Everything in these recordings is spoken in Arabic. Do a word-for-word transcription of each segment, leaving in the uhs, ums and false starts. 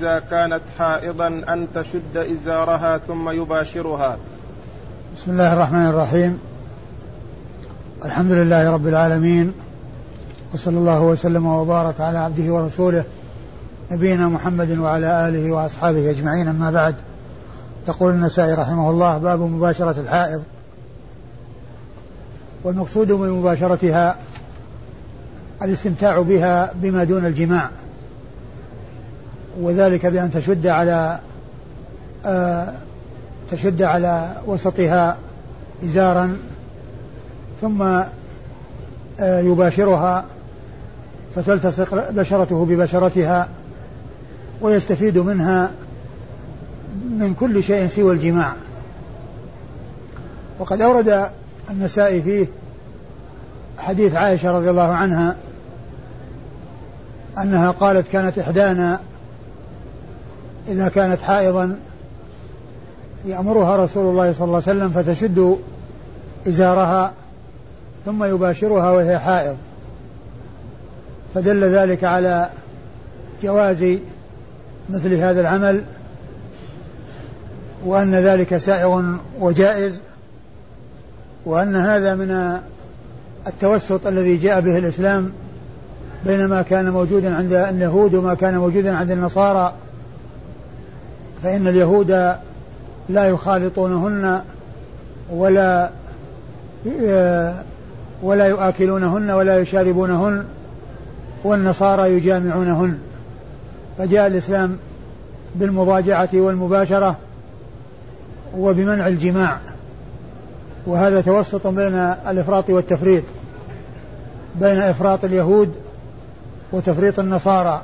إذا كانت حائضا أن تشد إزارها ثم يباشرها. بسم الله الرحمن الرحيم. الحمد لله رب العالمين، وصلى الله وسلم وبارك على عبده ورسوله نبينا محمد وعلى آله وأصحابه أجمعين، أما بعد. يقول النسائي رحمه الله: باب مباشرة الحائض. والمقصود من مباشرتها الاستمتاع بها بما دون الجماع، وذلك بأن تشد على آه تشد على وسطها إزارا ثم آه يباشرها فتلتصق بشرته ببشرتها، ويستفيد منها من كل شيء سوى الجماع. وقد أورد النسائي فيه حديث عائشة رضي الله عنها أنها قالت: كانت إحدانا إذا كانت حائضا يأمرها رسول الله صلى الله عليه وسلم فتشد إزارها ثم يباشرها وهي حائض، فدل ذلك على جواز مثل هذا العمل، وأن ذلك سائغ وجائز، وأن هذا من التوسط الذي جاء به الإسلام بين ما كان موجودا عند اليهود وما كان موجودا عند النصارى، فإن اليهود لا يخالطونهن ولا ولا يؤكلونهن ولا يشاربونهن، والنصارى يجامعونهن، فجاء الإسلام بالمضاجعة والمباشرة وبمنع الجماع، وهذا توسط بين الإفراط والتفريط، بين إفراط اليهود وتفريط النصارى.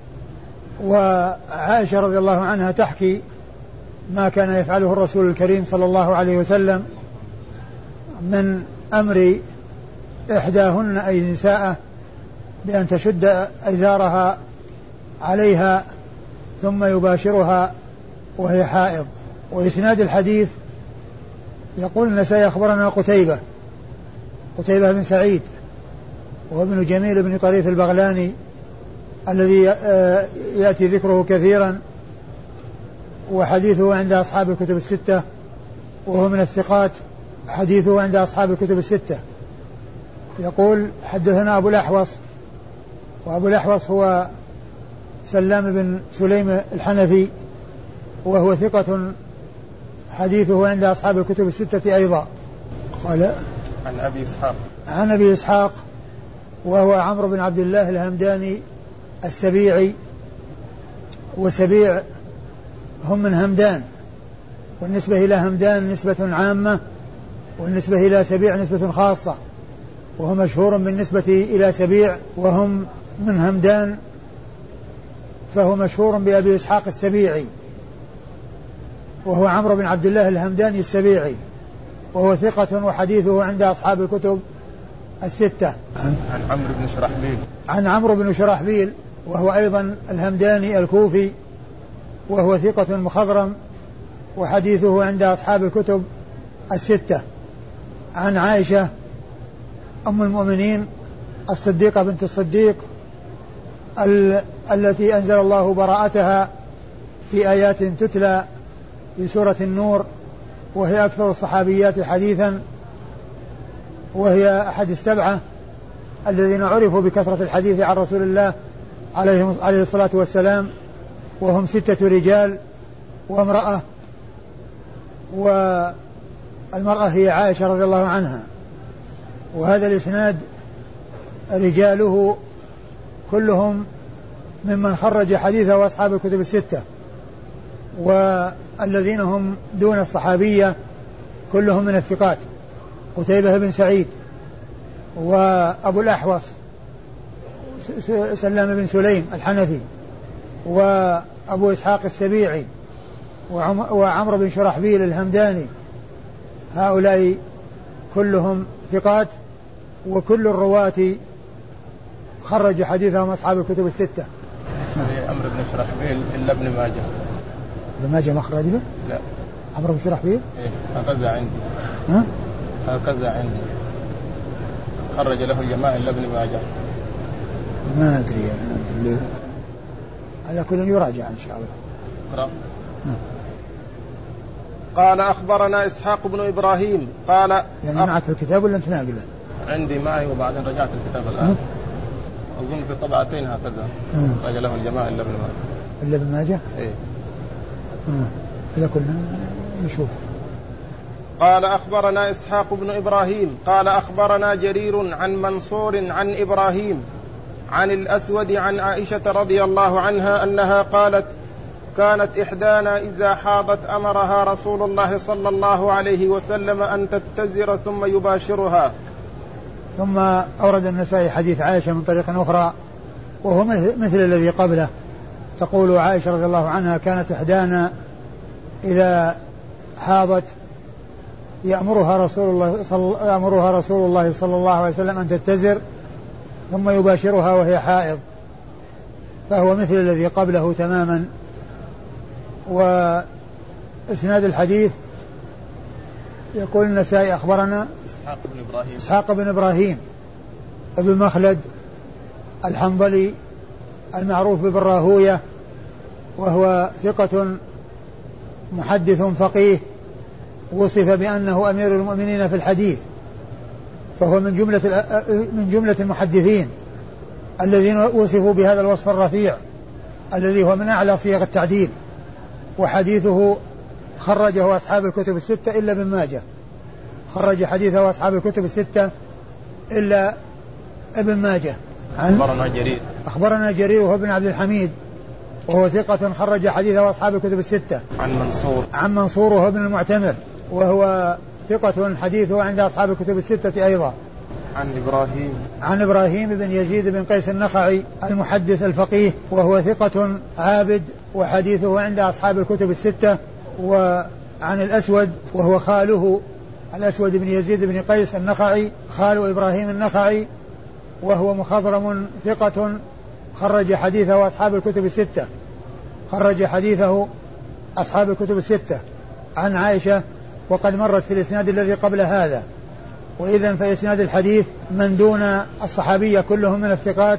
وعائشة رضي الله عنها تحكي ما كان يفعله الرسول الكريم صلى الله عليه وسلم من أمر إحداهن أي نساءه بأن تشد إزارها عليها ثم يباشرها وهي حائض. وإسناد الحديث يقول النسائي: أخبرنا قتيبة قتيبة بن سعيد وهو ابن جميل بن طريف البغلاني الذي يأتي ذكره كثيرا، وحديثه عند أصحاب الكتب الستة، وهو من الثقات، حديثه عند أصحاب الكتب الستة. يقول: حدثنا أبو الأحوص، وأبو الأحوص هو سلام بن سليم الحنفي، وهو ثقة، حديثه عند أصحاب الكتب الستة أيضا. قال: عن أبي إسحاق عن أبي إسحاق وهو عمرو بن عبد الله الهمداني السبيعي، وسبيع هم من همدان، والنسبة إلى همدان نسبة عامة، والنسبة إلى سبيع نسبة خاصة، وهو مشهور بالنسبة إلى سبيع وهم من همدان، فهو مشهور بأبي إسحاق السبيعي، وهو عمرو بن عبد الله الهمداني السبيعي، وهو ثقة، وحديثه عند أصحاب الكتب الستة. عن, عن عمرو بن شرحبيل عن عمرو بن شرحبيل وهو أيضا الهمداني الكوفي، وهو ثقة مخضرم، وحديثه عند أصحاب الكتب الستة. عن عائشة أم المؤمنين الصديقة بنت الصديق ال- التي أنزل الله براءتها في آيات تتلى في سورة النور، وهي أكثر الصحابيات حديثا، وهي أحد السبعة الذين عرفوا بكثرة الحديث عن رسول الله عليه الصلاة والسلام، وهم ستة رجال وامرأة، والمرأة هي عائشة رضي الله عنها. وهذا الإسناد رجاله كلهم ممن خرج حديثه وأصحاب الكتب الستة، والذين هم دون الصحابية كلهم من الثقات: قتيبة بن سعيد، وأبو الأحوص سلام بن سليم الحنفي، وأبو إسحاق السبيعي، وعمرو بن شرحبيل الهمداني. هؤلاء كلهم ثقات، وكل الرواة خرج حديثهم أصحاب الكتب الستة. اسمه عمرو بن شرحبيل إلا ابن ماجه. ابن ماجه مخرج به؟ لا. عمرو بن شرحبيل؟ إيه هكذا عندي. ها؟ هكذا عندي. خرج له الجماعة إلا ابن ماجه. ما أدري يعني. على كل يراجع إن شاء الله. نعم. قال أخبرنا إسحاق بن إبراهيم قال يعني معك الكتاب ولا أنت ناقله؟ عندي معي وبعدين رجعت الكتاب الآن. أظن في طبعتين هكذا. رجع له الجماعة إلا ابن ماجه. إلا ابن ماجه؟ إيه. إذا كنا نشوف. قال أخبرنا إسحاق بن إبراهيم قال أخبرنا جرير عن منصور عن إبراهيم عن الأسود عن عائشة رضي الله عنها أنها قالت كانت إحدانا إذا حاضت أمرها رسول الله صلى الله عليه وسلم أن تتزر ثم يباشرها. ثم أورد النسائي حديث عائشة من طريق أخرى وهو مثل الذي قبله. تقول عائشة رضي الله عنها كانت إحدانا إذا حاضت يأمرها رسول الله صل... يأمرها رسول الله صلى الله عليه وسلم أن تتزر ثم يباشرها وهي حائض، فهو مثل الذي قبله تماما. وإسناد الحديث يقول النسائي أخبرنا إسحاق بن إبراهيم إسحاق بن إبراهيم ابن مخلد الحنظلي المعروف بابن راهوية، وهو ثقة محدث فقيه وصف بأنه أمير المؤمنين في الحديث، فهو من جملة من جملة المحدثين الذين وصفوا بهذا الوصف الرفيع الذي هو من أعلى صيغ التعديل. وحديثه خرجه أصحاب الكتب الستة إلا ابن ماجه، خرج حديثه أصحاب الكتب الستة إلا ابن ماجه. أخبرنا جرير أخبرنا جرير وهو ابن عبد الحميد وهو ثقة خرج حديثه أصحاب الكتب الستة. عن منصور عن منصور وهو ابن المعتمر وهو ثقة حديثه عند أصحاب الكتب الستة أيضا. عن إبراهيم عن إبراهيم بن يزيد بن قيس النخعي المحدث الفقيه وهو ثقة عابد وحديثه عند أصحاب الكتب الستة. وعن الأسود وهو خاله الأسود بن يزيد بن قيس النخعي خال إبراهيم النخعي وهو مخضرم ثقة خرج حديثه أصحاب الكتب الستة خرج حديثه أصحاب الكتب الستة. عن عائشة وقد مرت في الإسناد الذي قبل هذا. وإذن فإسناد الحديث من دون الصحابية كلهم من الثقات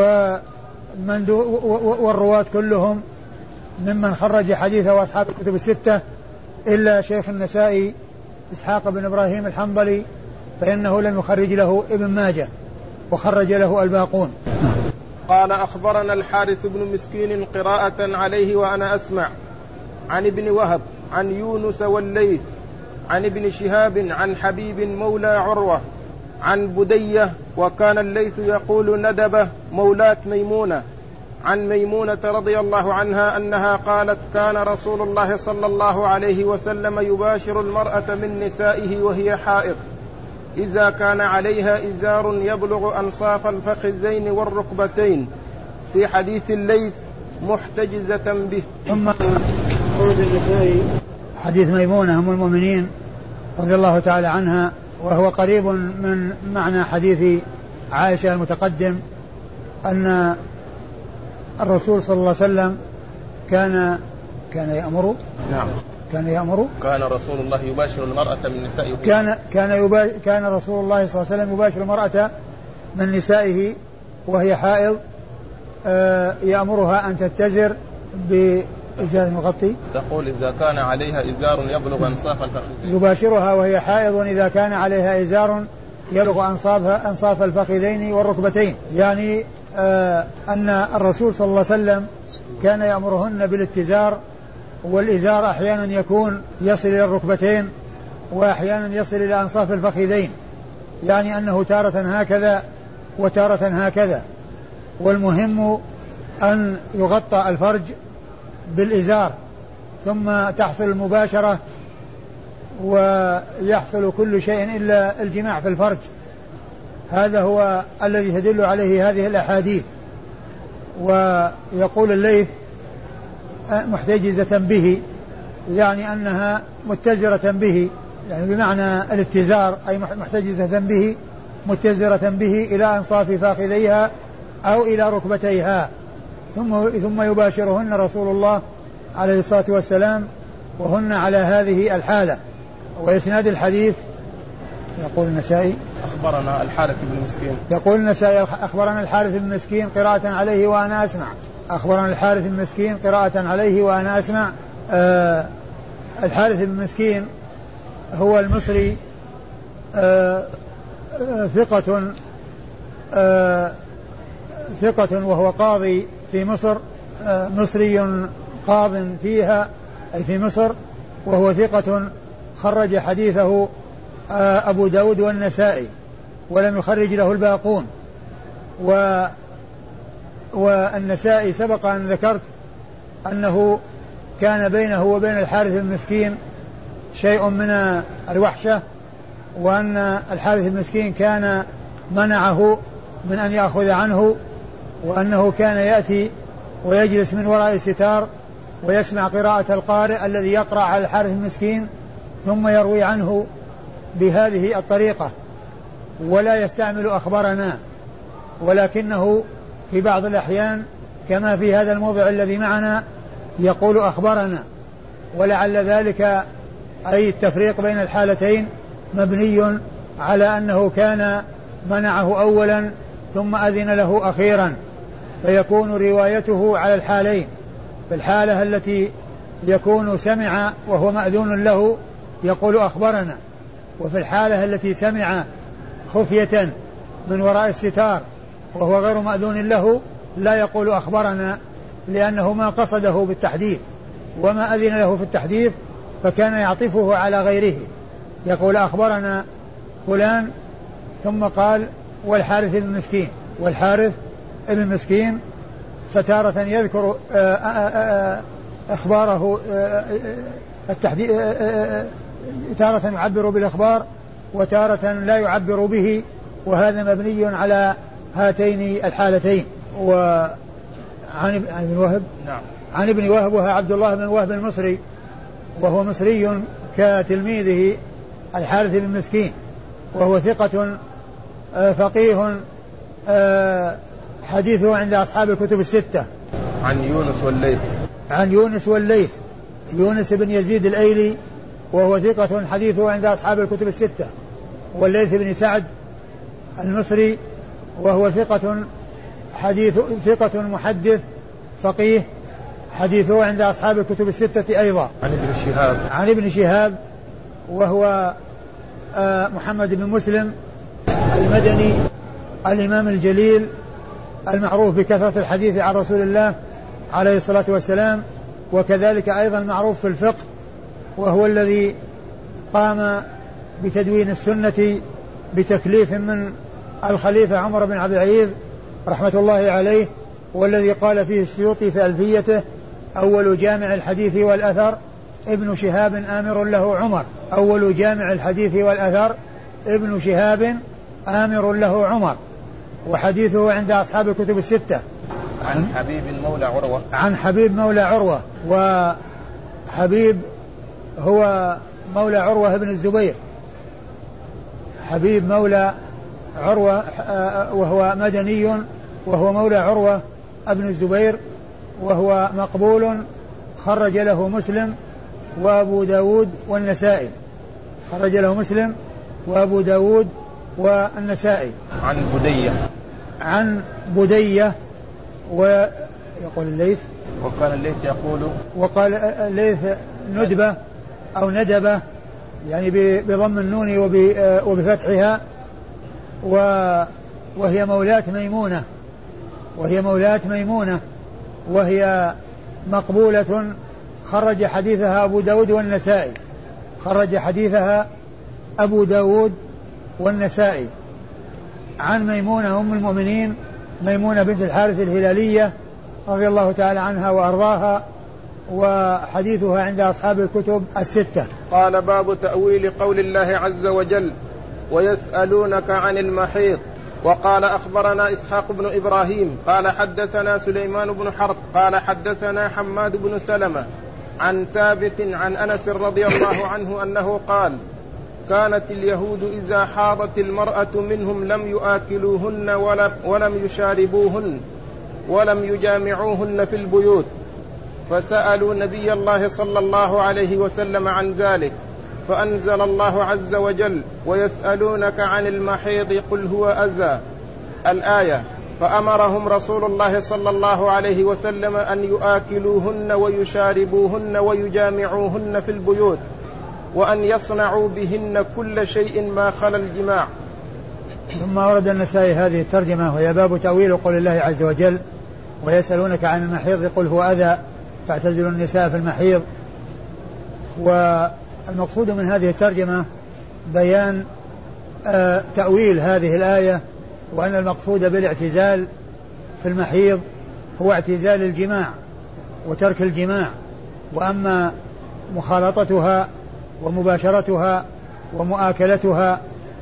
ومن دو والرواة كلهم ممن خرج حديثه أصحاب الكتب الستة إلا شيخ النسائي إسحاق بن إبراهيم الحنظلي فإنه لم يخرج له ابن ماجه وخرج له الباقون. قال أخبرنا الحارث بن مسكين قراءة عليه وأنا أسمع عن ابن وهب عن يونس والليث عن ابن شهاب عن حبيب مولى عروة عن بدية وكان الليث يقول ندبة مولاة ميمونة عن ميمونة رضي الله عنها أنها قالت كان رسول الله صلى الله عليه وسلم يباشر المرأة من نسائه وهي حائض إذا كان عليها إزار يبلغ أنصاف الفخذين والركبتين في حديث الليث محتجزة به. ثم خرج النسائي حديث ميمونة أم المؤمنين رضي الله تعالى عنها وهو قريب من معنى حديث عائشة المتقدم أن الرسول صلى الله عليه وسلم كان كان يأمر نعم كان يأمر كان رسول الله يباشر المرأة من نسائه كان كان يبا كان رسول الله صلى الله عليه وسلم يباشر المرأة من نسائه وهي حائض آه يأمرها أن تتزر بإزار يغطي. تقول إذا كان عليها إزار يبلغ أنصاف الفخذين يباشرها وهي حائض إذا كان عليها إزار يبلغ أنصاف أنصاف الفخذين والركبتين، يعني آه أن الرسول صلى الله عليه وسلم كان يأمرهن بالاتزار، والإزار أحيانا يكون يصل إلى الركبتين وأحيانا يصل إلى أنصاف الفخذين، يعني أنه تارة هكذا وتارة هكذا، والمهم أن يغطى الفرج بالإزار ثم تحصل المباشرة ويحصل كل شيء إلا الجماع في الفرج. هذا هو الذي تدل عليه هذه الأحاديث. ويقول الليث محتجزة به، يعني أنها متزرة به، يعني بمعنى الاتزار أي محتجزة به متزرة به إلى أنصاف فاخذيها أو إلى ركبتيها، ثم ثم يباشرهن رسول الله عليه الصلاة والسلام وهن على هذه الحالة. وإسناد الحديث يقول النسائي أخبرنا الحارث بن مسكين يقول النسائي أخبرنا الحارث بن مسكين قراءة عليه وأنا أسمع أخبرنا الحارث بن مسكين قراءة عليه وأنا أسمع. آه الحارث بن مسكين هو المصري، آه آه ثقة آه ثقة وهو قاضي في مصر، آه مصري قاض فيها أي في مصر، وهو ثقة خرج حديثه آه أبو داود والنسائي ولم يخرج له الباقون. و والنسائي سبق أن ذكرت أنه كان بينه وبين الحارث المسكين شيء من الوحشة، وأن الحارث المسكين كان منعه من أن يأخذ عنه، وأنه كان يأتي ويجلس من وراء الستار ويسمع قراءة القارئ الذي يقرأ على الحارث المسكين ثم يروي عنه بهذه الطريقة ولا يستعمل أخبرنا، ولكنه في بعض الأحيان كما في هذا الموضع الذي معنا يقول أخبرنا، ولعل ذلك أي التفريق بين الحالتين مبني على أنه كان منعه أولا ثم أذن له أخيرا، فيكون روايته على الحالين. في الحالة التي يكون سمع وهو مأذون له يقول أخبرنا، وفي الحالة التي سمع خفية من وراء الستار وهو غير مأذون له لا يقول أخبرنا، لأنه ما قصده بالتحديث وما أذن له في التحديث، فكان يعطفه على غيره يقول أخبرنا فلان ثم قال والحارث بن مسكين، والحارث بن مسكين فتارة يذكر أخباره التحديث، تارة يعبر بالإخبار وتارة لا يعبر به، وهذا مبني على هاتين الحالتين. وعن ابن وهب نعم. عن ابن وهب وهو عبد الله بن وهب المصري، وهو مصري كتلميذه الحارث بن مسكين، وهو ثقة فقيه حديثه عند أصحاب الكتب الستة. عن يونس والليث عن يونس والليث يونس بن يزيد الأيلي وهو ثقة حديثه عند أصحاب الكتب الستة، والليث بن سعد المصري وهو ثقة حديث ثقة محدث فقيه حديثه عند أصحاب الكتب الستة أيضا. عن ابن شهاب عن ابن شهاب وهو آه محمد بن مسلم المدني الإمام الجليل المعروف بكثرة الحديث عن رسول الله عليه الصلاة والسلام، وكذلك أيضا معروف في الفقه، وهو الذي قام بتدوين السنة بتكليف من الخليفة عمر بن عبد العزيز رحمة الله عليه، والذي قال فيه السيوطي في ألفيته أول جامع الحديث والأثر ابن شهاب آمر له عمر. أول جامع الحديث والأثر ابن شهاب آمر له عمر، وحديثه عند أصحاب الكتب الستة. عن حبيب مولى عروة عن حبيب مولى عروة، وحبيب هو مولى عروة بن الزبير، حبيب مولى عروة وهو مدني، وهو مولى عروة ابن الزبير، وهو مقبول خرج له مسلم وأبو داود والنسائي، خرج له مسلم وأبو داود والنسائي. عن بدية عن بدية ويقول الليث وقال الليث يقول وقال الليث ندبة أو ندبة، يعني بضم النون وبفتحها، وهي مولاة ميمونة وهي مولاة ميمونة وهي مقبولة خرج حديثها أبو داود والنسائي، خرج حديثها أبو داود والنسائي. عن ميمونة أم المؤمنين ميمونة بنت الحارث الهلالية رضي الله تعالى عنها وأرضاها، وحديثها عند أصحاب الكتب الستة. قال باب تأويل قول الله عز وجل ويسألونك عن المحيض. وقال أخبرنا إسحاق بن إبراهيم قال حدثنا سليمان بن حرب قال حدثنا حماد بن سلمة عن ثابت عن أنس رضي الله عنه أنه قال كانت اليهود إذا حاضت المرأة منهم لم يؤكلوهن ولم يشاربوهن ولم يجامعوهن في البيوت، فسألوا نبي الله صلى الله عليه وسلم عن ذلك، فأنزل الله عز وجل ويسألونك عن المحيض قل هو أذى الآية. فأمرهم رسول الله صلى الله عليه وسلم أن يآكلوهن ويشاربوهن ويجامعوهن في البيوت، وأن يصنعوا بهن كل شيء ما خلا الجماع. ثم ورد النسائي هذه الترجمة وهي باب تأويل قول الله عز وجل: ويسألونك عن المحيض قل هو أذى فاعتزلوا النساء في المحيض. والمقصود من هذه الترجمة بيان آه تأويل هذه الآية، وأن المقصود بالاعتزال في المحيض هو اعتزال الجماع وترك الجماع، وأما مخالطتها ومباشرتها ومؤاكلتها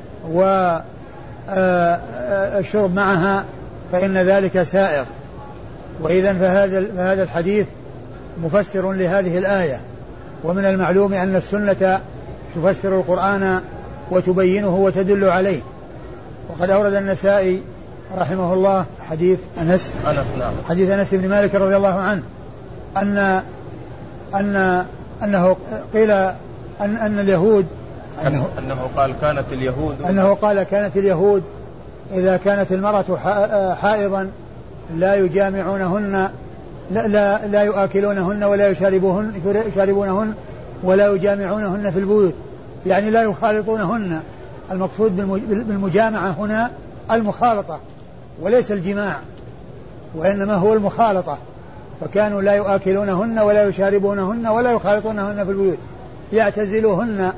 والشرب معها فإن ذلك سائر. وإذن فهذا فهذا الحديث مفسر لهذه الآية. ومن المعلوم أن السنة تفسر القرآن وتبينه وتدل عليه. وقد أورد النسائي رحمه الله حديث أنس أنس نعم حديث أنس بن مالك رضي الله عنه أن أن أنه قيل أن أن اليهود أنه, أنه قال كانت اليهود أنه قال كانت اليهود إذا كانت المرأة حائضا لا يجامعونهن لا, لا, لا يؤكلونهن ولا يشاربوهن يشاربونهن ولا يجامعونهن في البيوت، يعني لا يخالطونهن. المقصود بالمجامعة هنا المخالطة وليس الجماع، وإنما هو المخالطة. فكانوا لا يؤكلونهن ولا يشاربونهن ولا يخالطونهن في البيوت، يعتزلوهن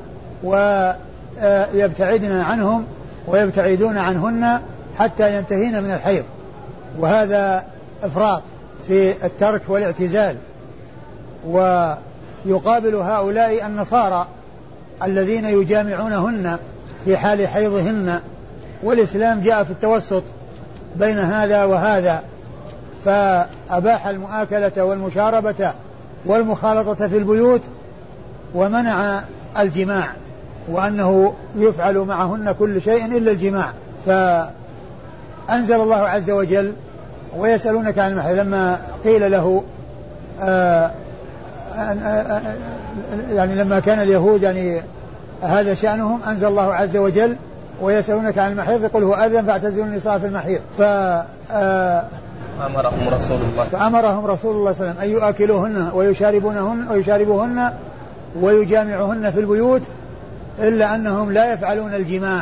ويبتعدن عنهم ويبتعدون عنهن حتى ينتهين من الحيض. وهذا إفراط في الترك والاعتزال. ويقابل هؤلاء النصارى الذين يجامعونهن في حال حيضهن، والإسلام جاء في التوسط بين هذا وهذا، فأباح المؤاكلة والمشاربة والمخالطة في البيوت ومنع الجماع، وأنه يفعل معهن كل شيء إلا الجماع. فأنزل الله عز وجل: ويسألونك عن المحيض، لما قيل له آآ آآ يعني لما كان اليهود يعني هذا شأنهم، أنزل الله عز وجل: ويسألونك عن المحيض قل هو أذى فاعتزلوا النساء في المحيض. فأمرهم رسول الله فأمرهم رسول الله صلى الله عليه وسلم أن يؤكلوهن ويشاربونهن ويشاربوهن ويجامعوهن في البيوت، إلا أنهم لا يفعلون الجماع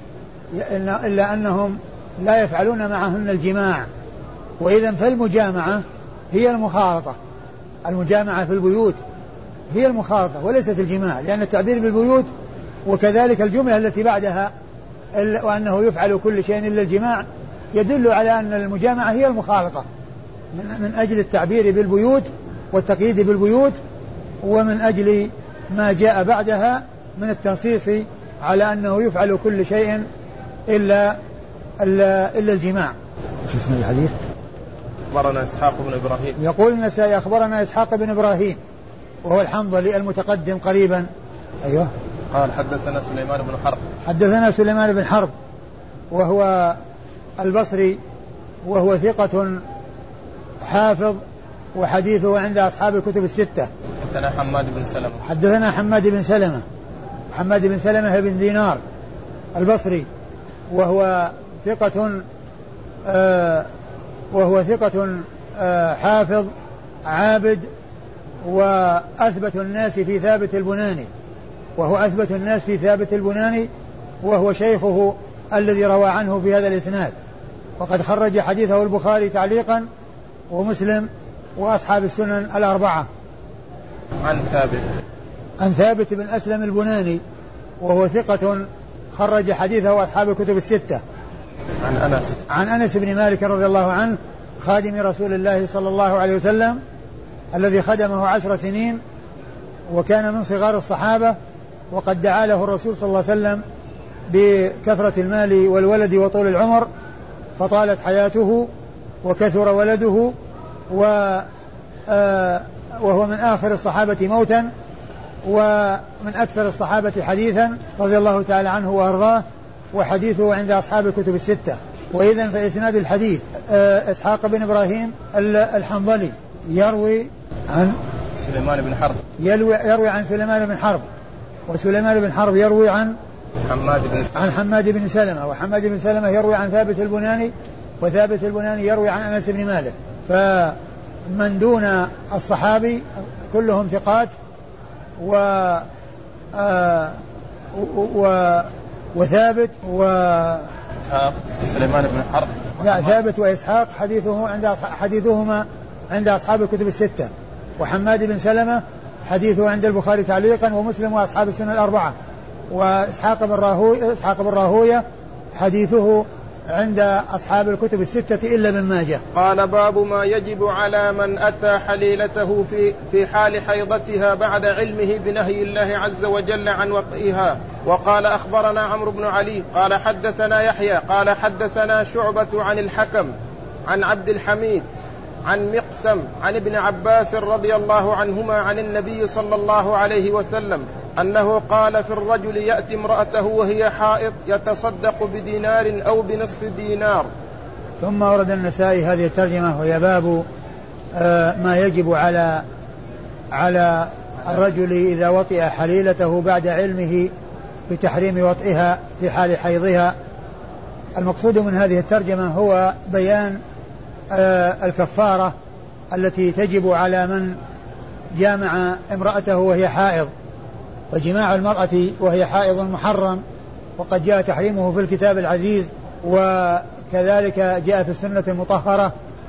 إلا أنهم لا يفعلون معهن الجماع. وإذن فالمجامعة هي المخالطة، المجامعة في البيوت هي المخالطة وليست الجماع، لأن التعبير بالبيوت وكذلك الجملة التي بعدها وأنه يفعل كل شيء إلا الجماع يدل على أن المجامعة هي المخالطة، من أجل التعبير بالبيوت والتقييد بالبيوت، ومن أجل ما جاء بعدها من التنصيص على أنه يفعل كل شيء إلا إلا الجماع. شو اسم الحديث؟ أخبرنا إسحاق بن إبراهيم. يقول النسائي: أخبرنا إسحاق بن إبراهيم وهو الحنظلي المتقدم قريبا. أيوه. قال: حدثنا سليمان بن حرب. حدثنا سليمان بن حرب وهو البصري وهو ثقة حافظ وحديثه عند أصحاب الكتب الستة. حدثنا حماد بن سلمة. حدثنا حماد بن سلمة حماد بن سلمة بن دينار البصري وهو ثقة آه وهو ثقة آه حافظ عابد، وأثبت الناس في ثابت البناني وهو أثبت الناس في ثابت البناني وهو شيخه الذي روى عنه في هذا الإسناد. وقد خرج حديثه البخاري تعليقا ومسلم وأصحاب السنن الأربعة. عن ثابت عن ثابت بن أسلم البناني وهو ثقة خرج حديثه أصحاب الكتب الستة. عن أنس عن أنس بن مالك رضي الله عنه خادم رسول الله صلى الله عليه وسلم الذي خدمه عشر سنين، وكان من صغار الصحابة، وقد دعا له الرسول صلى الله عليه وسلم بكثرة المال والولد وطول العمر، فطالت حياته وكثر ولده، وهو من آخر الصحابة موتا ومن أكثر الصحابة حديثا رضي الله تعالى عنه وأرضاه، وحديثه عند أصحاب الكتب الستة. وإذن فإسناد الحديث إسحاق بن إبراهيم الحنظلي يروي عن سليمان بن حرب يروي, يروي عن سليمان بن حرب، وسليمان بن حرب يروي عن حماد بن عن حماد بن سلمة، وحماد بن سلمة يروي عن ثابت البناني، وثابت البناني يروي عن أنس بن مالك. فمن دون الصحابي كلهم ثقات و آه و وثابت و سليمان بن حرب. لا، ثابت وإسحاق حديثه عند حديثهما عند أصحاب الكتب الستة، وحماد بن سلمة حديثه عند البخاري تعليقا ومسلم وأصحاب السنة الأربعة، وإسحاق بن راهوية إسحاق بن راهوية حديثه عند أصحاب الكتب الستة إلا ابن ماجه. قال باب ما يجب على من أتى حليلته في في حال حيضتها بعد علمه بنهي الله عز وجل عن وطئها. وقال أخبرنا عمرو بن علي قال حدثنا يحيى قال حدثنا شعبة عن الحكم عن عبد الحميد عن مقسم عن ابن عباس رضي الله عنهما عن النبي صلى الله عليه وسلم أنه قال في الرجل يأتي امرأته وهي حائض يتصدق بدينار أو بنصف دينار. ثم ورد النسائي هذه الترجمة وهي باب آه ما يجب على على الرجل إذا وطئ حليلته بعد علمه بتحريم وطئها في حال حيضها. المقصود من هذه الترجمة هو بيان آه الكفارة التي تجب على من جامع امرأته وهي حائض. فجماع المرأة وهي حائض محرم، وقد جاء تحريمه في الكتاب العزيز، وكذلك جاء في السنة المطهرة،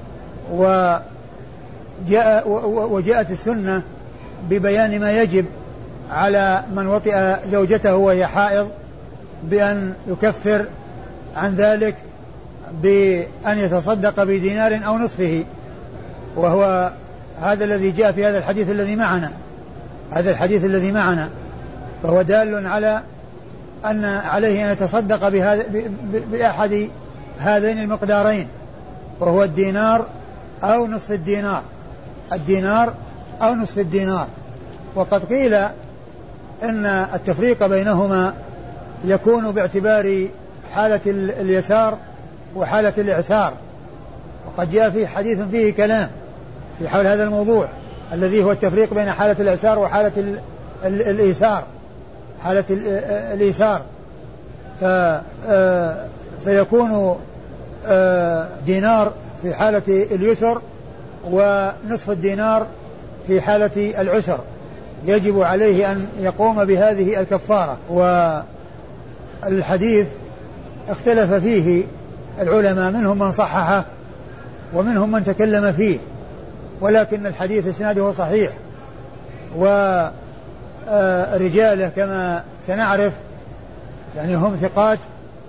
وجاء وجاءت السنة ببيان ما يجب على من وطئ زوجته وهي حائض بأن يكفر عن ذلك بأن يتصدق بدينار أو نصفه، وهو هذا الذي جاء في هذا الحديث الذي معنا هذا الحديث الذي معنا فهو دال على أن عليه أن يتصدق بهذا بأحد هذين المقدارين، وهو الدينار أو نصف الدينار الدينار أو نصف الدينار. وقد قيل إن التفريق بينهما يكون باعتبار حالة اليسار وحالة الإعسار، وقد جاء في حديث فيه كلام في حول هذا الموضوع الذي هو التفريق بين حالة الإعسار وحالة الإيسار حالة الإيسار فيكون دينار في حالة اليسر ونصف الدينار في حالة العسر. يجب عليه أن يقوم بهذه الكفارة. والحديث اختلف فيه العلماء، منهم من صححه ومنهم من تكلم فيه، ولكن الحديث اسناده صحيح، ورجاله كما سنعرف يعني هم ثقات،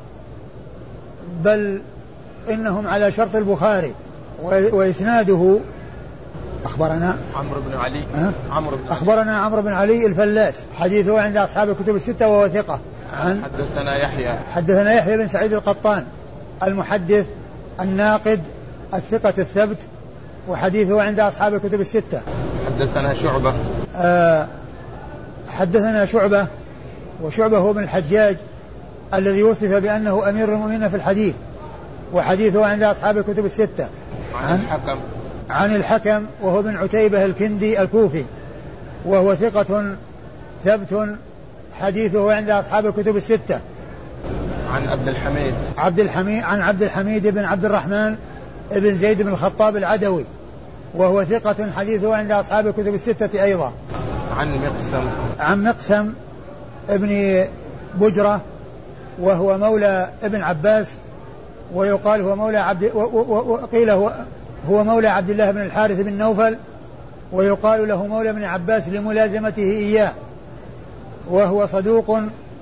بل إنهم على شرط البخاري. وإسناده أخبرنا عمرو بن علي أه؟ عمرو بن أخبرنا عمرو بن علي الفلاس حديثه عند أصحاب الكتب الستة وهو ثقة. عن حدثنا يحيى حدثنا يحيى بن سعيد القطان المحدث الناقد الثقة الثبت، وحديثه عند أصحاب الكتب الستة. حدثنا شعبة آه حدثنا شعبة وشعبة هو بن الحجاج الذي وصف بأنه أمير المؤمنين في الحديث، وحديثه عند أصحاب الكتب الستة. عن, عن الحكم عن الحكم وهو بن عتيبة الكندي الكوفي، وهو ثقة ثبت، حديثه عند أصحاب الكتب الستة. عن عبد الحميد عبد الحميد عن عبد الحميد بن عبد الرحمن بن زيد بن الخطاب العدوي، وهو ثقة حديثه عند أصحاب الكتب الستة أيضا. عن مقسم عن مقسم ابن بجرة، وهو مولى ابن عباس، ويقال هو مولى عبد وقيل هو هو مولى عبد الله بن الحارث بن نوفل، ويقال له مولى ابن عباس لملازمته إياه، وهو صدوق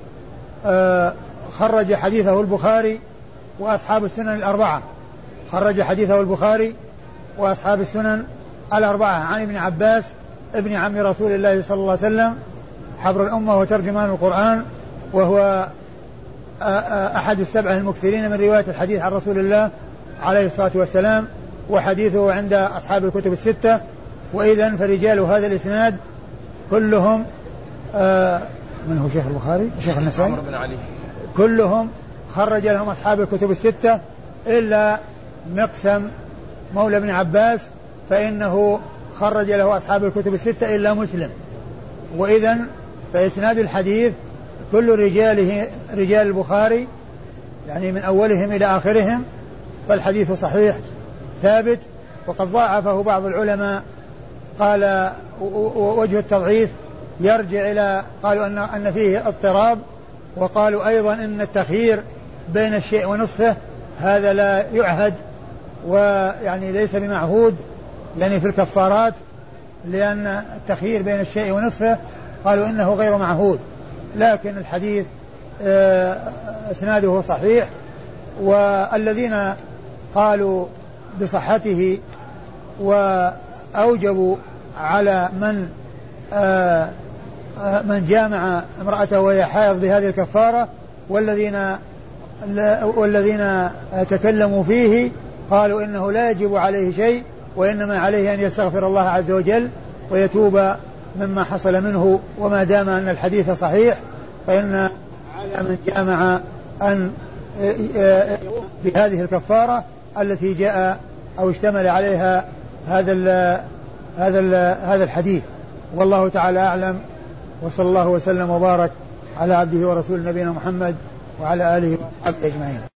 خرج حديثه البخاري وأصحاب السنن الأربعة خرج حديثه البخاري وأصحاب السنن الأربعة عن ابن عباس ابن عم رسول الله صلى الله عليه وسلم حبر الأمة وترجمان القرآن، وهو أحد السبعة المكثرين من رواية الحديث عن رسول الله عليه الصلاة والسلام، وحديثه عند أصحاب الكتب الستة. وإذن فرجال هذا الإسناد كلهم من هو شيخ البخاري شيخ النسائي عمرو بن علي كلهم خرج لهم أصحاب الكتب الستة إلا مقسم مولى ابن عباس، فإنه خرج له أصحاب الكتب الستة إلا مسلم. وإذن فإسناد الحديث كل رجاله رجال البخاري، يعني من أولهم إلى آخرهم فالحديث صحيح ثابت. وقد ضاعفه بعض العلماء، قال وجه التضعيف يرجع إلى قالوا أن أن فيه اضطراب، وقالوا أيضا أن التخيير بين الشيء ونصفه هذا لا يعهد ويعني ليس بمعهود يعني في الكفارات، لأن التخيير بين الشيء ونصفه قالوا إنه غير معهود. لكن الحديث اسناده صحيح، والذين قالوا بصحته وأوجبوا على من من جامع امرأته وهي حائض بهذه الكفارة، والذين والذين تكلموا فيه قالوا إنه لا يجب عليه شيء، وإنما عليه أن يستغفر الله عز وجل ويتوب مما حصل منه. وما دام أن الحديث صحيح فإن على من جامع أن بهذه الكفارة التي جاء أو اشتمل عليها هذا ال هذا ال هذا الحديث. والله تعالى أعلم، وصلى الله وسلم وبارك على عبده ورسول نبينا محمد وعلى آله وصحبه أجمعين.